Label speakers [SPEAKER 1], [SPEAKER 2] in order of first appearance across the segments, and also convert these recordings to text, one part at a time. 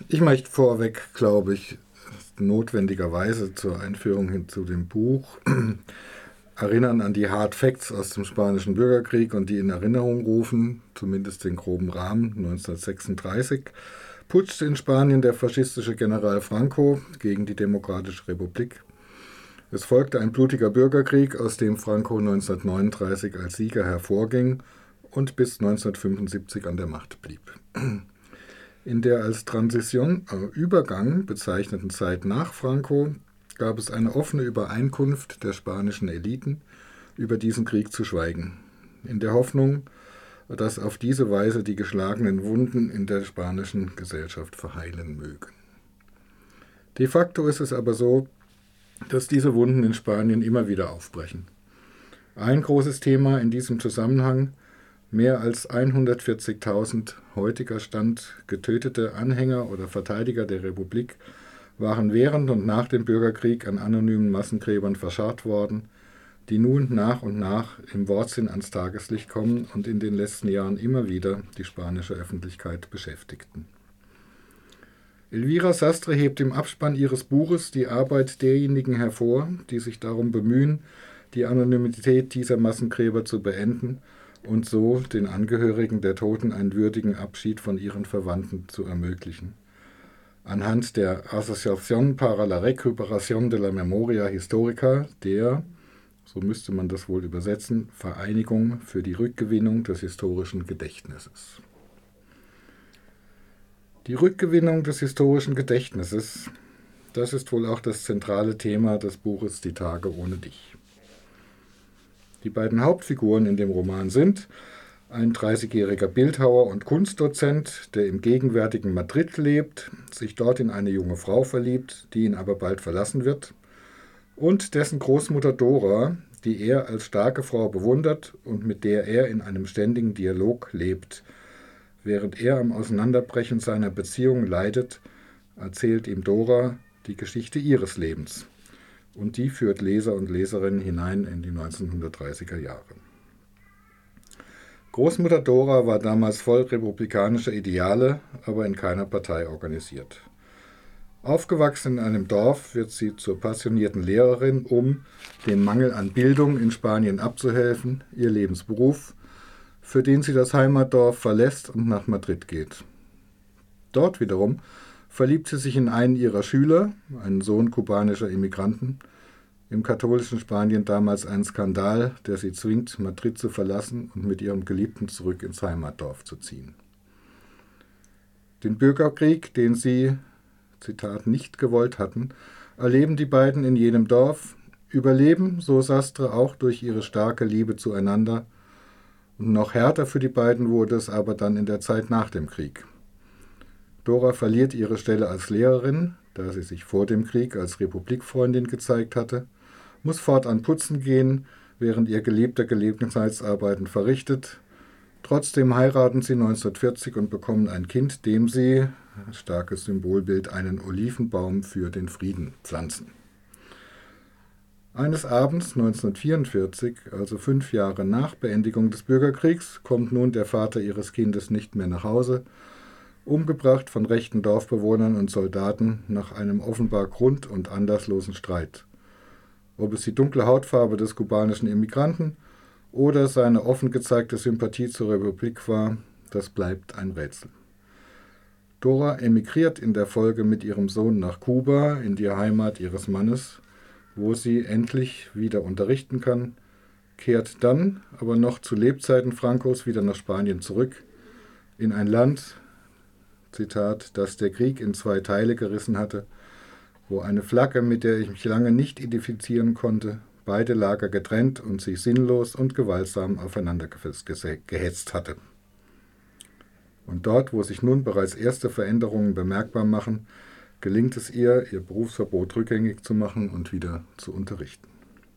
[SPEAKER 1] Ich möchte vorweg, glaube ich, notwendigerweise zur Einführung hin zu dem Buch erinnern an die Hard Facts aus dem Spanischen Bürgerkrieg und die in Erinnerung rufen, zumindest den groben Rahmen. 1936 putschte in Spanien der faschistische General Franco gegen die Demokratische Republik. Es folgte ein blutiger Bürgerkrieg, aus dem Franco 1939 als Sieger hervorging und bis 1975 an der Macht blieb. In der als Transition, Übergang bezeichneten Zeit nach Franco gab es eine offene Übereinkunft der spanischen Eliten, über diesen Krieg zu schweigen, in der Hoffnung, dass auf diese Weise die geschlagenen Wunden in der spanischen Gesellschaft verheilen mögen. De facto ist es aber so, dass diese Wunden in Spanien immer wieder aufbrechen. Ein großes Thema in diesem Zusammenhang: mehr als 140.000 heutiger Stand getötete Anhänger oder Verteidiger der Republik waren während und nach dem Bürgerkrieg an anonymen Massengräbern verscharrt worden, die nun nach und nach im Wortsinn ans Tageslicht kommen und in den letzten Jahren immer wieder die spanische Öffentlichkeit beschäftigten. Elvira Sastre hebt im Abspann ihres Buches die Arbeit derjenigen hervor, die sich darum bemühen, die Anonymität dieser Massengräber zu beenden und so den Angehörigen der Toten einen würdigen Abschied von ihren Verwandten zu ermöglichen. Anhand der Asociación para la Recuperación de la Memoria Histórica, der, so müsste man das wohl übersetzen, Vereinigung für die Rückgewinnung des historischen Gedächtnisses. Die Rückgewinnung des historischen Gedächtnisses, das ist wohl auch das zentrale Thema des Buches Die Tage ohne dich. Die beiden Hauptfiguren in dem Roman sind ein 30-jähriger Bildhauer und Kunstdozent, der im gegenwärtigen Madrid lebt, sich dort in eine junge Frau verliebt, die ihn aber bald verlassen wird, und dessen Großmutter Dora, die er als starke Frau bewundert und mit der er in einem ständigen Dialog lebt. Während er am Auseinanderbrechen seiner Beziehung leidet, erzählt ihm Dora die Geschichte ihres Lebens. Und die führt Leser und Leserinnen hinein in die 1930er Jahre. Großmutter Dora war damals voll republikanischer Ideale, aber in keiner Partei organisiert. Aufgewachsen in einem Dorf wird sie zur passionierten Lehrerin, um dem Mangel an Bildung in Spanien abzuhelfen, ihr Lebensberuf, für den sie das Heimatdorf verlässt und nach Madrid geht. Dort wiederum verliebt sie sich in einen ihrer Schüler, einen Sohn kubanischer Immigranten, im katholischen Spanien damals ein Skandal, der sie zwingt, Madrid zu verlassen und mit ihrem Geliebten zurück ins Heimatdorf zu ziehen. Den Bürgerkrieg, den sie, Zitat, nicht gewollt hatten, erleben die beiden in jenem Dorf, überleben, so Sastre, auch durch ihre starke Liebe zueinander. Und noch härter für die beiden wurde es aber dann in der Zeit nach dem Krieg. Dora verliert ihre Stelle als Lehrerin, da sie sich vor dem Krieg als Republikfreundin gezeigt hatte, muss fortan putzen gehen, während ihr Geliebter Gelegenheitsarbeiten verrichtet. Trotzdem heiraten sie 1940 und bekommen ein Kind, dem sie, starkes Symbolbild, einen Olivenbaum für den Frieden pflanzen. Eines Abends 1944, also 5 Jahre nach Beendigung des Bürgerkriegs, kommt nun der Vater ihres Kindes nicht mehr nach Hause, umgebracht von rechten Dorfbewohnern und Soldaten nach einem offenbar grund- und anlasslosen Streit. Ob es die dunkle Hautfarbe des kubanischen Immigranten oder seine offen gezeigte Sympathie zur Republik war, das bleibt ein Rätsel. Dora emigriert in der Folge mit ihrem Sohn nach Kuba, in die Heimat ihres Mannes, wo sie endlich wieder unterrichten kann, kehrt dann aber noch zu Lebzeiten Francos wieder nach Spanien zurück, in ein Land, Zitat, das der Krieg in 2 Teile gerissen hatte, wo eine Flagge, mit der ich mich lange nicht identifizieren konnte, beide Lager getrennt und sich sinnlos und gewaltsam aufeinander gehetzt hatte. Und dort, wo sich nun bereits erste Veränderungen bemerkbar machen, gelingt es ihr, ihr Berufsverbot rückgängig zu machen und wieder zu unterrichten.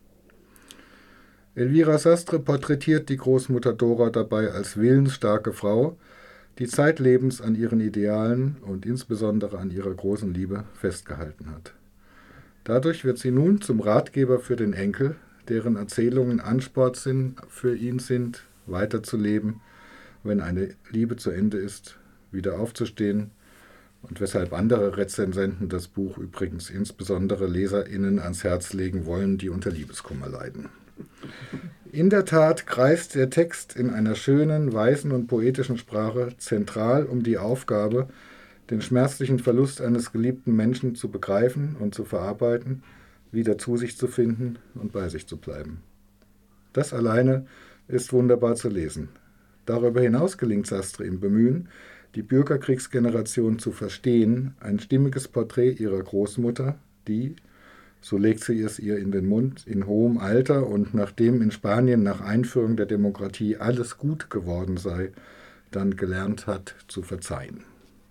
[SPEAKER 1] Elvira Sastre porträtiert die Großmutter Dora dabei als willensstarke Frau, die zeitlebens an ihren Idealen und insbesondere an ihrer großen Liebe festgehalten hat. Dadurch wird sie nun zum Ratgeber für den Enkel, deren Erzählungen Ansporn für ihn sind, weiterzuleben, wenn eine Liebe zu Ende ist, wieder aufzustehen und weshalb andere Rezensenten das Buch übrigens insbesondere LeserInnen ans Herz legen wollen, die unter Liebeskummer leiden. In der Tat kreist der Text in einer schönen, weisen und poetischen Sprache zentral um die Aufgabe, den schmerzlichen Verlust eines geliebten Menschen zu begreifen und zu verarbeiten, wieder zu sich zu finden und bei sich zu bleiben. Das alleine ist wunderbar zu lesen. Darüber hinaus gelingt Sastre im Bemühen, die Bürgerkriegsgeneration zu verstehen, ein stimmiges Porträt ihrer Großmutter, die, so legt sie es ihr in den Mund, in hohem Alter und nachdem in Spanien nach Einführung der Demokratie alles gut geworden sei, dann gelernt hat zu verzeihen.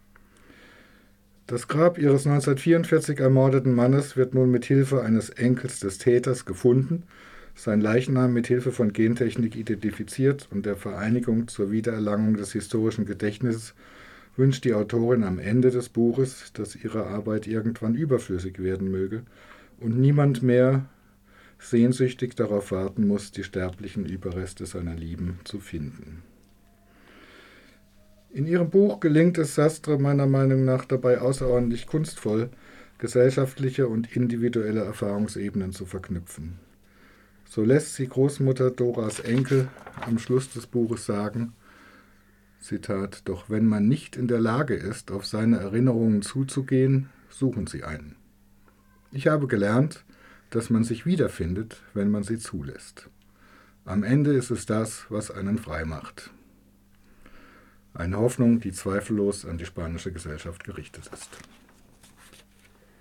[SPEAKER 1] Das Grab ihres 1944 ermordeten Mannes wird nun mit Hilfe eines Enkels des Täters gefunden, sein Leichnam mit Hilfe von Gentechnik identifiziert und der Vereinigung zur Wiedererlangung des historischen Gedächtnisses wünscht die Autorin am Ende des Buches, dass ihre Arbeit irgendwann überflüssig werden möge und niemand mehr sehnsüchtig darauf warten muss, die sterblichen Überreste seiner Lieben zu finden. In ihrem Buch gelingt es Sastre meiner Meinung nach dabei außerordentlich kunstvoll, gesellschaftliche und individuelle Erfahrungsebenen zu verknüpfen. So lässt sie Großmutter Doras Enkel am Schluss des Buches sagen, Zitat, doch wenn man nicht in der Lage ist, auf seine Erinnerungen zuzugehen, suchen Sie einen. Ich habe gelernt, dass man sich wiederfindet, wenn man sie zulässt. Am Ende ist es das, was einen frei macht. Eine Hoffnung, die zweifellos an die spanische Gesellschaft gerichtet ist.